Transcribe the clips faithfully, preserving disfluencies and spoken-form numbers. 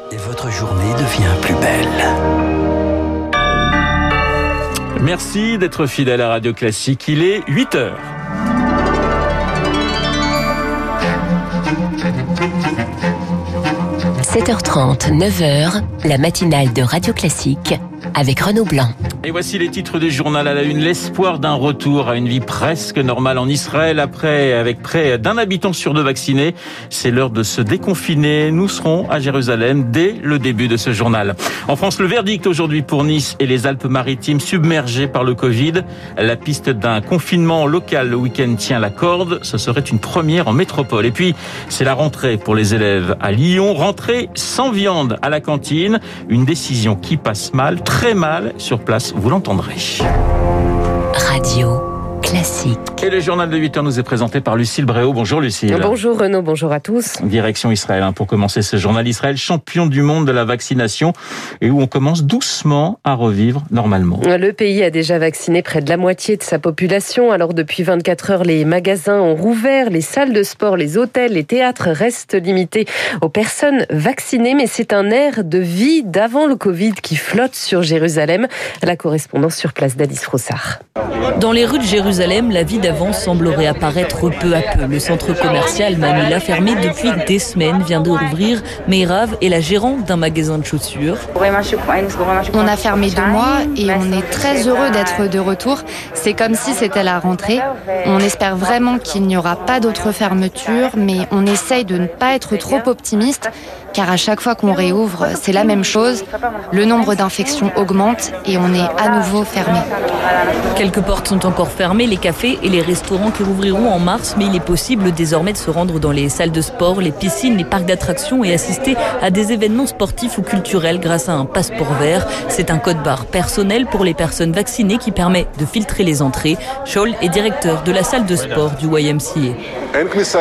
Et votre journée devient plus belle. Merci d'être fidèle à Radio Classique. Il est huit heures. sept heures trente, neuf heures, la matinale de Radio Classique avec Renaud Blanc. Et voici les titres du journal à la une. L'espoir d'un retour à une vie presque normale en Israël après, avec près d'un habitant sur deux vacciné. C'est l'heure de se déconfiner. Nous serons à Jérusalem dès le début de ce journal. En France, le verdict aujourd'hui pour Nice et les Alpes-Maritimes submergées par le Covid. La piste d'un confinement local le week-end tient la corde. Ce serait une première en métropole. Et puis, c'est la rentrée pour les élèves à Lyon. Rentrée sans viande à la cantine. Une décision qui passe mal, très mal sur place. Vous l'entendrez. Radio Classique. Et le journal de huit heures nous est présenté par Lucille Bréau. Bonjour Lucille. Bonjour Renaud, bonjour à tous. Direction Israël hein, pour commencer ce journal. Israël, champion du monde de la vaccination et où on commence doucement à revivre normalement. Le pays a déjà vacciné près de la moitié de sa population. Alors depuis vingt-quatre heures, les magasins ont rouvert, les salles de sport, les hôtels, les théâtres restent limités aux personnes vaccinées. Mais c'est un air de vie d'avant le Covid qui flotte sur Jérusalem. La correspondance sur place d'Alice Frossard. Dans les rues de Jérusalem, la vie d'avant semble réapparaître peu à peu. Le centre commercial Mamila, fermé depuis des semaines, vient de rouvrir. Meirav est la gérante d'un magasin de chaussures. On a fermé deux mois et on est très heureux d'être de retour. C'est comme si c'était la rentrée. On espère vraiment qu'il n'y aura pas d'autres fermetures, mais on essaye de ne pas être trop optimiste, car à chaque fois qu'on réouvre, c'est la même chose. Le nombre d'infections augmente et on est à nouveau fermé. Quelques portes sont encore fermées, les cafés et les restaurants qui rouvriront en mars, mais il est possible désormais de se rendre dans les salles de sport, les piscines, les parcs d'attractions et assister à des événements sportifs ou culturels grâce à un passeport vert. C'est un code-barre personnel pour les personnes vaccinées qui permet de filtrer les entrées. Scholl est directeur de la salle de sport du Y M C A.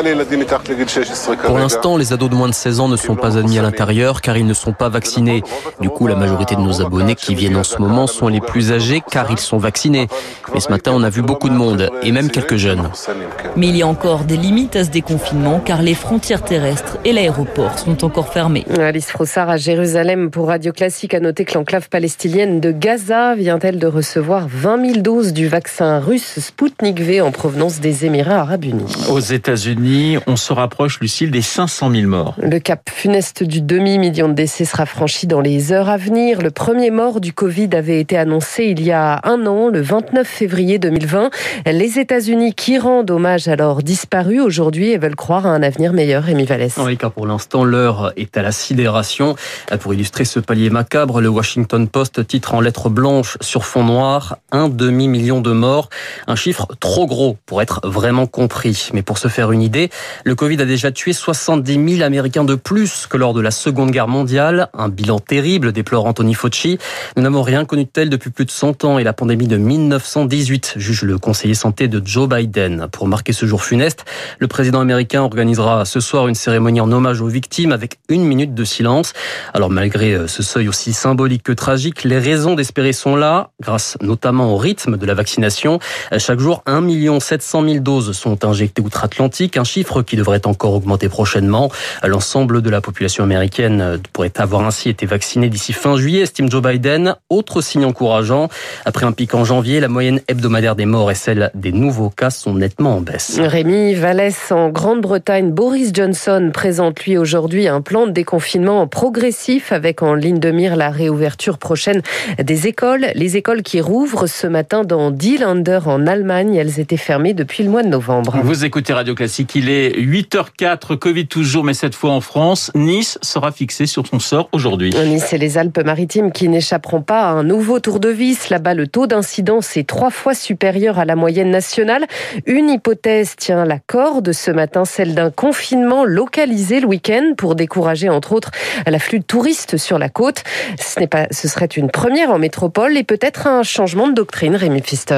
Pour l'instant, les ados de moins de seize ans ne sont pas admis à l'intérieur car ils ne sont pas vaccinés. Du coup, la majorité de nos abonnés qui viennent en ce moment sont les plus âgés car ils sont vaccinés. Mais ce matin, on a vu beaucoup de monde et même quelques jeunes. Mais il y a encore des limites à ce déconfinement car les frontières terrestres et l'aéroport sont encore fermés. Alice Frossard à Jérusalem pour Radio Classique. A noter que l'enclave palestinienne de Gaza vient-elle de recevoir vingt mille doses du vaccin russe Sputnik V en provenance des Émirats Arabes Unis. Aux États-Unis, on se rapproche, Lucille, des cinq cent mille morts. Le cap funeste du demi-million de décès sera franchi dans les heures à venir. Le premier mort du Covid avait été annoncé il y a un an, le vingt-neuf février deux mille vingt. Les États-Unis qui rendent hommage à leurs disparus aujourd'hui et veulent croire à un avenir meilleur. Rémi Vallès. Oui, car pour l'instant, l'heure est à la sidération. Pour illustrer ce palier macabre, le Washington Post titre en lettres blanches sur fond noir « Un demi-million de morts ». Un chiffre trop gros pour être vraiment compris. Mais pour se faire une idée, le Covid a déjà tué soixante-dix mille Américains de plus que lors de la Seconde Guerre mondiale. Un bilan terrible, déplore Anthony Fauci. Nous n'avons rien connu de tel depuis plus de cent ans et la pandémie de mille neuf cent dix-huit, juge le conseiller santé de Joe Biden. Pour marquer ce jour funeste, le président américain organisera ce soir une cérémonie en hommage aux victimes avec une minute de silence. Alors malgré ce seuil aussi symbolique que tragique, les raisons d'espérer sont là, grâce notamment au rythme de la vaccination. Chaque jour, un million sept cent mille doses sont injectées outre-Atlantique, un chiffre qui devrait encore augmenter prochainement. L'ensemble de la population américaine pourrait avoir ainsi été vaccinée d'ici fin juillet, estime Joe Biden. Autre signe encourageant, après un pic en janvier, la moyenne hebdomadaire des morts et celle des nouveaux cas sont nettement en baisse. Rémi Vallès, en Grande-Bretagne, Boris Johnson présente lui aujourd'hui un plan de déconfinement progressif avec en ligne de mire la réouverture prochaine des écoles. Les écoles qui rouvrent ce matin dans dix Länder en Allemagne, elles étaient fermées depuis le mois de novembre. Vous écoutez Radio Classique, il est huit heures quatre, Covid toujours, mais cette fois en France. Nice sera fixé sur son sort aujourd'hui. Nice et les Alpes-Maritimes qui n'échapperont pas à un nouveau tour de vis. Là-bas, le taux d'incidence est trois fois supérieur à la moyenne nationale. Une hypothèse tient la corde ce matin, celle d'un confinement localisé le week-end pour décourager entre autres l'afflux de touristes sur la côte. Ce n'est pas, ce serait une première en métropole et peut-être un changement de doctrine, Rémi Pfister.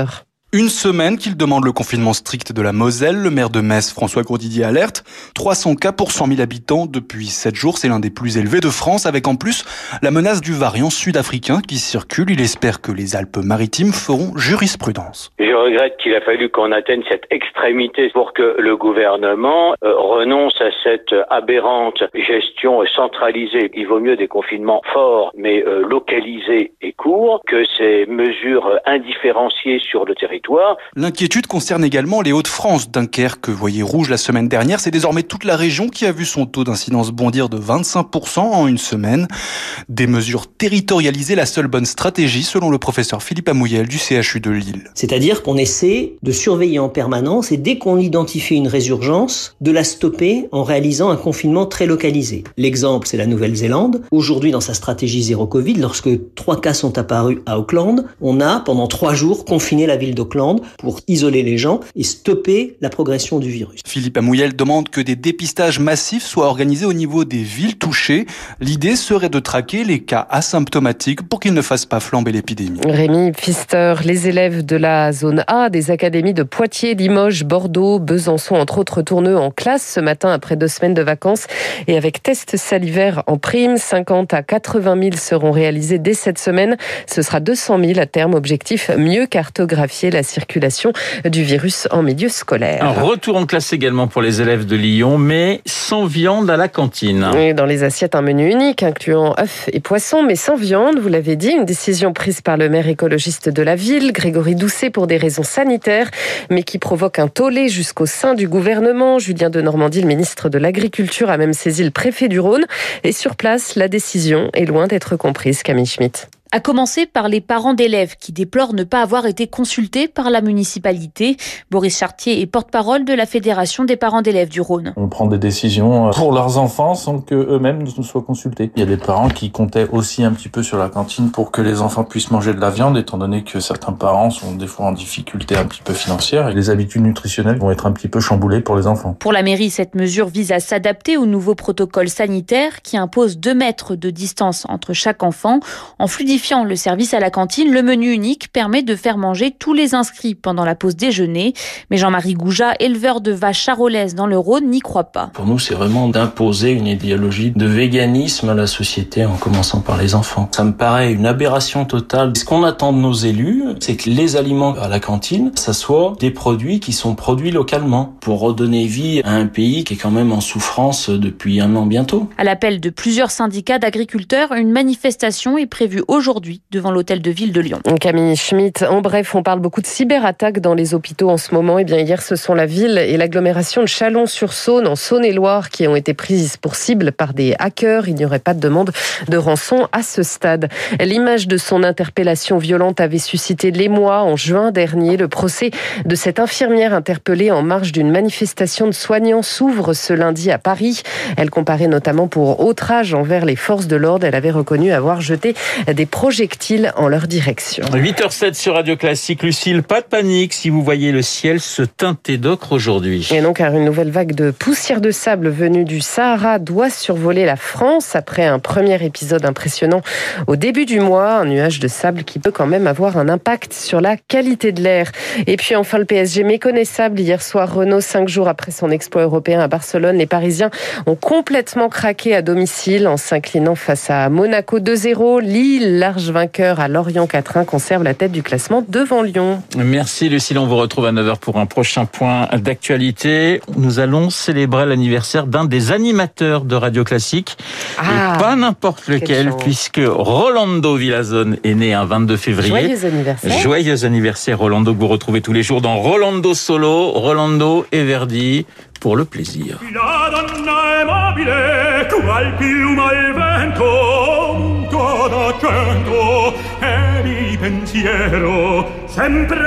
Une semaine qu'il demande le confinement strict de la Moselle. Le maire de Metz, François Grosdidier, alerte. trois cents cas pour cent mille habitants depuis sept jours. C'est l'un des plus élevés de France, avec en plus la menace du variant sud-africain qui circule. Il espère que les Alpes-Maritimes feront jurisprudence. Je regrette qu'il a fallu qu'on atteigne cette extrémité pour que le gouvernement euh, renonce à cette aberrante gestion centralisée. Il vaut mieux des confinements forts, mais euh, localisés et courts, que ces mesures indifférenciées sur le territoire. L'inquiétude concerne également les Hauts-de-France. Dunkerque, voyait rouge la semaine dernière. C'est désormais toute la région qui a vu son taux d'incidence bondir de vingt-cinq pour cent en une semaine. Des mesures territorialisées, la seule bonne stratégie, selon le professeur Philippe Amouyel du C H U de Lille. C'est-à-dire qu'on essaie de surveiller en permanence et dès qu'on identifie une résurgence, de la stopper en réalisant un confinement très localisé. L'exemple, c'est la Nouvelle-Zélande. Aujourd'hui, dans sa stratégie zéro Covid, lorsque trois cas sont apparus à Auckland, on a, pendant trois jours, confiné la ville d'Auckland pour isoler les gens et stopper la progression du virus. Philippe Amouyel demande que des dépistages massifs soient organisés au niveau des villes touchées. L'idée serait de traquer les cas asymptomatiques pour qu'ils ne fassent pas flamber l'épidémie. Rémi Pfister, les élèves de la zone A des académies de Poitiers, Limoges, Bordeaux, Besançon, entre autres, retournent en classe ce matin après deux semaines de vacances et avec test salivaire en prime. cinquante à quatre-vingt mille seront réalisés dès cette semaine. Ce sera deux cent mille à terme. Objectif, mieux cartographier la circulation du virus en milieu scolaire. Un retour en classe également pour les élèves de Lyon, mais sans viande à la cantine. Et dans les assiettes, un menu unique incluant œufs et poissons, mais sans viande, vous l'avez dit, une décision prise par le maire écologiste de la ville, Grégory Doucet, pour des raisons sanitaires, mais qui provoque un tollé jusqu'au sein du gouvernement. Julien Denormandie, le ministre de l'Agriculture, a même saisi le préfet du Rhône. Et sur place, la décision est loin d'être comprise. Camille Schmitt. À commencer par les parents d'élèves qui déplorent ne pas avoir été consultés par la municipalité. Boris Chartier est porte-parole de la Fédération des parents d'élèves du Rhône. On prend des décisions pour leurs enfants sans qu'eux-mêmes ne soient consultés. Il y a des parents qui comptaient aussi un petit peu sur la cantine pour que les enfants puissent manger de la viande, étant donné que certains parents sont des fois en difficulté un petit peu financière et les habitudes nutritionnelles vont être un petit peu chamboulées pour les enfants. Pour la mairie, cette mesure vise à s'adapter au nouveau protocole sanitaire qui impose deux mètres de distance entre chaque enfant. En fluidifiant le service à la cantine, le menu unique permet de faire manger tous les inscrits pendant la pause déjeuner. Mais Jean-Marie Gouja, éleveur de vaches charolaises dans le Rhône, n'y croit pas. Pour nous, c'est vraiment d'imposer une idéologie de véganisme à la société en commençant par les enfants. Ça me paraît une aberration totale. Ce qu'on attend de nos élus, c'est que les aliments à la cantine, ça soit des produits qui sont produits localement pour redonner vie à un pays qui est quand même en souffrance depuis un an bientôt. À l'appel de plusieurs syndicats d'agriculteurs, une manifestation est prévue aujourd'hui aujourd'hui devant l'hôtel de ville de Lyon. Camille Schmitt, en bref, on parle beaucoup de cyberattaques dans les hôpitaux en ce moment. Et bien hier, ce sont la ville et l'agglomération de Chalon-sur-Saône, en Saône-et-Loire, qui ont été prises pour cible par des hackers. Il n'y aurait pas de demande de rançon à ce stade. L'image de son interpellation violente avait suscité l'émoi en juin dernier. Le procès de cette infirmière interpellée en marge d'une manifestation de soignants s'ouvre ce lundi à Paris. Elle comparait notamment pour outrage envers les forces de l'ordre. Elle avait reconnu avoir jeté des projectiles en leur direction. huit heures zéro sept sur Radio Classique. Lucille, pas de panique si vous voyez le ciel se teinter d'ocre aujourd'hui. Et non, car une nouvelle vague de poussière de sable venue du Sahara doit survoler la France après un premier épisode impressionnant au début du mois. Un nuage de sable qui peut quand même avoir un impact sur la qualité de l'air. Et puis enfin, le P S G méconnaissable. Hier soir, Renault, cinq jours après son exploit européen à Barcelone, les Parisiens ont complètement craqué à domicile en s'inclinant face à Monaco deux zéro. Lille, large vainqueur à Lorient quatre un, conserve la tête du classement devant Lyon. Merci Lucille, on vous retrouve à neuf heures pour un prochain point d'actualité. Nous allons célébrer l'anniversaire d'un des animateurs de Radio Classique. Ah, et pas n'importe lequel, puisque Rolando Villazone est né un vingt-deux février. Joyeux anniversaire. Joyeux anniversaire Rolando, que vous retrouvez tous les jours dans Rolando Solo, Rolando et Verdi, pour le plaisir. La donna è mobile, qual piuma al vento, munto d'accento e di pensiero, sempre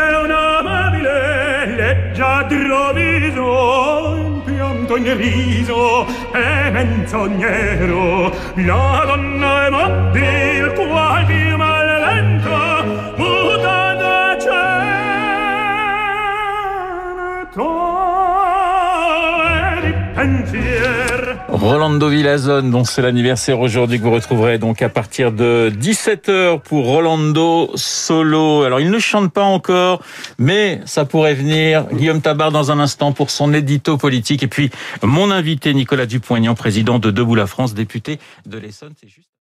un'amabile, leggiadro viso, in pianto in riso e menzognero. La donna è mobile, qual piuma al vento, munto d'accento pensier. Rolando Villazone, dont c'est l'anniversaire aujourd'hui, que vous retrouverez donc à partir de dix-sept heures pour Rolando Solo. Alors, il ne chante pas encore, mais ça pourrait venir. Guillaume Tabar dans un instant pour son édito politique. Et puis, mon invité Nicolas Dupont-Aignan, président de Debout la France, député de l'Essonne. C'est juste...